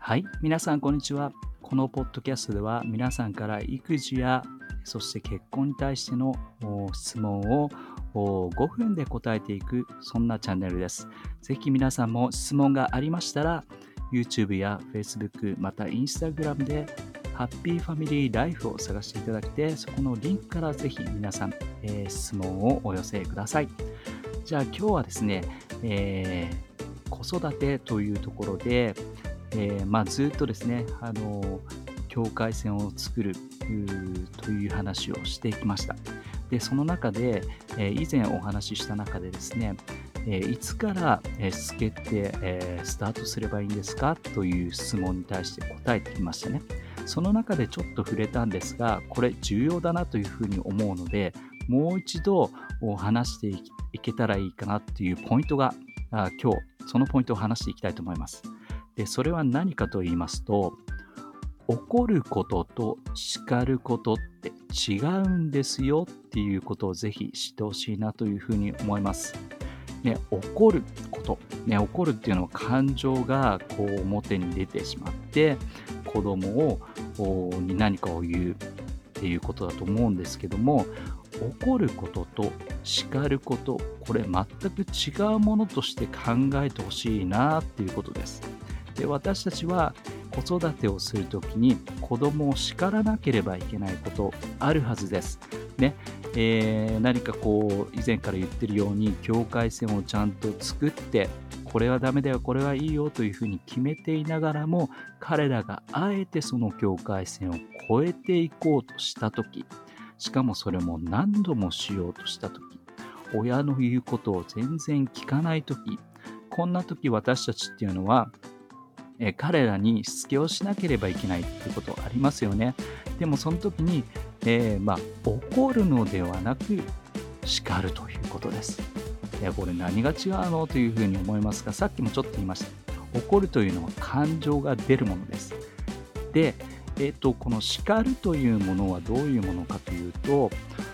はい、皆さんこんにちは。このポッドキャストでは皆さんから育児やそして結婚に対しての質問を5分で答えていくそんなチャンネルです。ぜひ皆さんも質問がありましたら YouTube や Facebook また Instagram でハッピーファミリーライフを探していただいてそこのリンクからぜひ皆さん、質問をお寄せください。じゃあ今日はですね、子育てというところでずっとですね、境界線を作るという話をしてきました。で、その中で、以前お話しした中でですね、いつから、しつけって、スタートすればいいんですかという質問に対して答えてきましたね。その中でちょっと触れたんですが、これ重要だなというふうに思うので、もう一度話していけたらいいかなっていうポイントが、今日そのポイントを話していきたいと思います。で、それは何かと言いますと、怒ることと叱ることって違うんですよっていうことをぜひ知ってほしいなというふうに思います。ね、怒ること、ね、怒るっていうのは感情がこう表に出てしまって子供に何かを言うっていうことだと思うんですけども、怒ることと叱ること、これ全く違うものとして考えてほしいなっていうことです。で、私たちは子育てをするときに子供を叱らなければいけないことあるはずです。ね、何かこう以前から言ってるように境界線をちゃんと作ってこれはダメだよこれはいいよというふうに決めていながらも彼らがあえてその境界線を越えていこうとしたとき、しかもそれも何度もしようとしたとき、親の言うことを全然聞かないとき、こんなとき私たちっていうのは彼らにしつけをしなければいけないっていうことありますよね。でもその時に、怒るのではなく叱るということです。これ何が違うのというふうに思いますが、さっきもちょっと言いました。怒るというのは感情が出るものです。で、この叱るというものはどういうものかというと、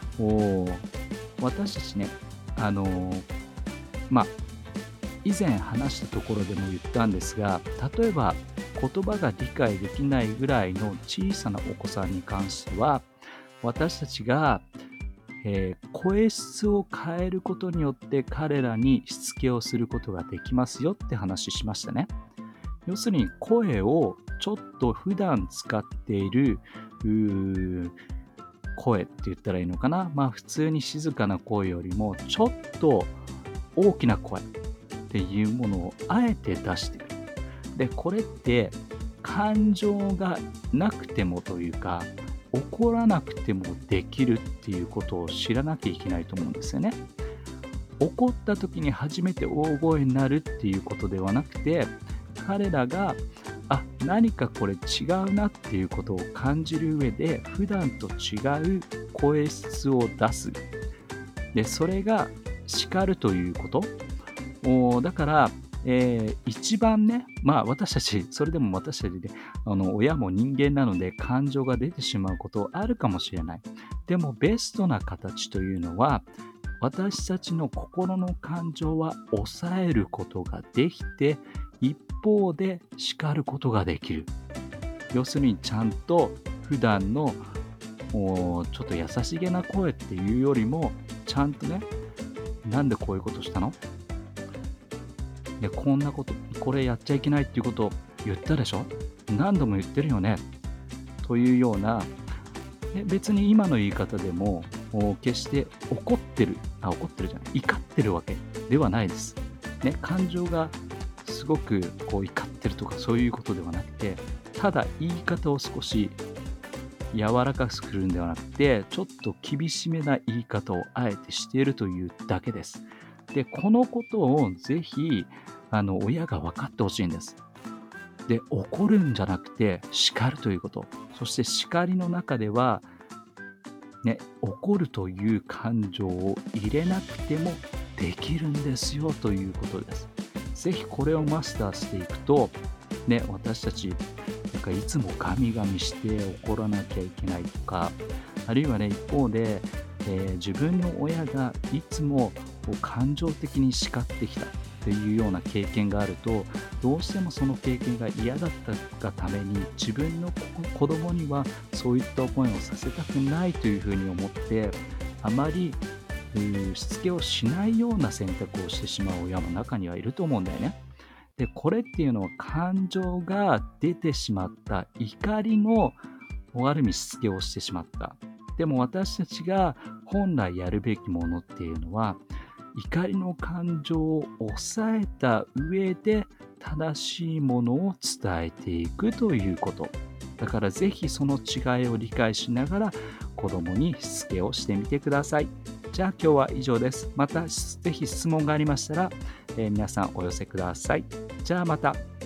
私たちね、あのまあ以前話したところでも言ったんですが、例えば言葉が理解できないぐらいの小さなお子さんに関しては、私たちが、声質を変えることによって彼らにしつけをすることができますよって話しましたね。要するに声をちょっと普段使っている声って言ったらいいのかな、普通に静かな声よりもちょっと大きな声っていうものをあえて出してる。で、これって感情がなくてもというか、怒らなくてもできるっていうことを知らなきゃいけないと思うんですよね。怒った時に初めて大声になるっていうことではなくて、彼らが何かこれ違うなっていうことを感じる上で、普段と違う声質を出す。で、それが叱るということ。だから、一番ね、私たち、それでも私たちで、親も人間なので感情が出てしまうことあるかもしれない。でも、ベストな形というのは、私たちの心の感情は抑えることができて、一方で叱ることができる。要するに、ちゃんと普段のちょっと優しげな声っていうよりも、ちゃんとね、なんでこういうことしたの？いや、こんなこと、これやっちゃいけないっていうことを言ったでしょ？何度も言ってるよね。というような、別に今の言い方でも、決して怒ってるじゃない、怒ってるわけではないです。ね、感情がすごくこう怒ってるとかそういうことではなくて、ただ言い方を少し柔らかくするんではなくて、ちょっと厳しめな言い方をあえてしているというだけです。で、このことをぜひ、親が分かってほしいんです。で、怒るんじゃなくて叱るということ。そして叱りの中では、ね、怒るという感情を入れなくてもできるんですよということです。ぜひこれをマスターしていくと、ね、私たち、なんかいつもガミガミして怒らなきゃいけないとか、あるいはね、一方で、自分の親がいつもこう感情的に叱ってきた。 というような経験があると、どうしてもその経験が嫌だったがために、自分の子供にはそういった思いをさせたくないというふうに思って、あまりしつけをしないような選択をしてしまう親も中にはいると思うんだよね。で、これっていうのは感情が出てしまった怒りのある意味しつけをしてしまった。でも私たちが本来やるべきものっていうのは、怒りの感情を抑えた上で正しいものを伝えていくということ。だからぜひその違いを理解しながら子供にしつけをしてみてください。じゃあ今日は以上です。またぜひ質問がありましたら、皆さんお寄せください。じゃあまた。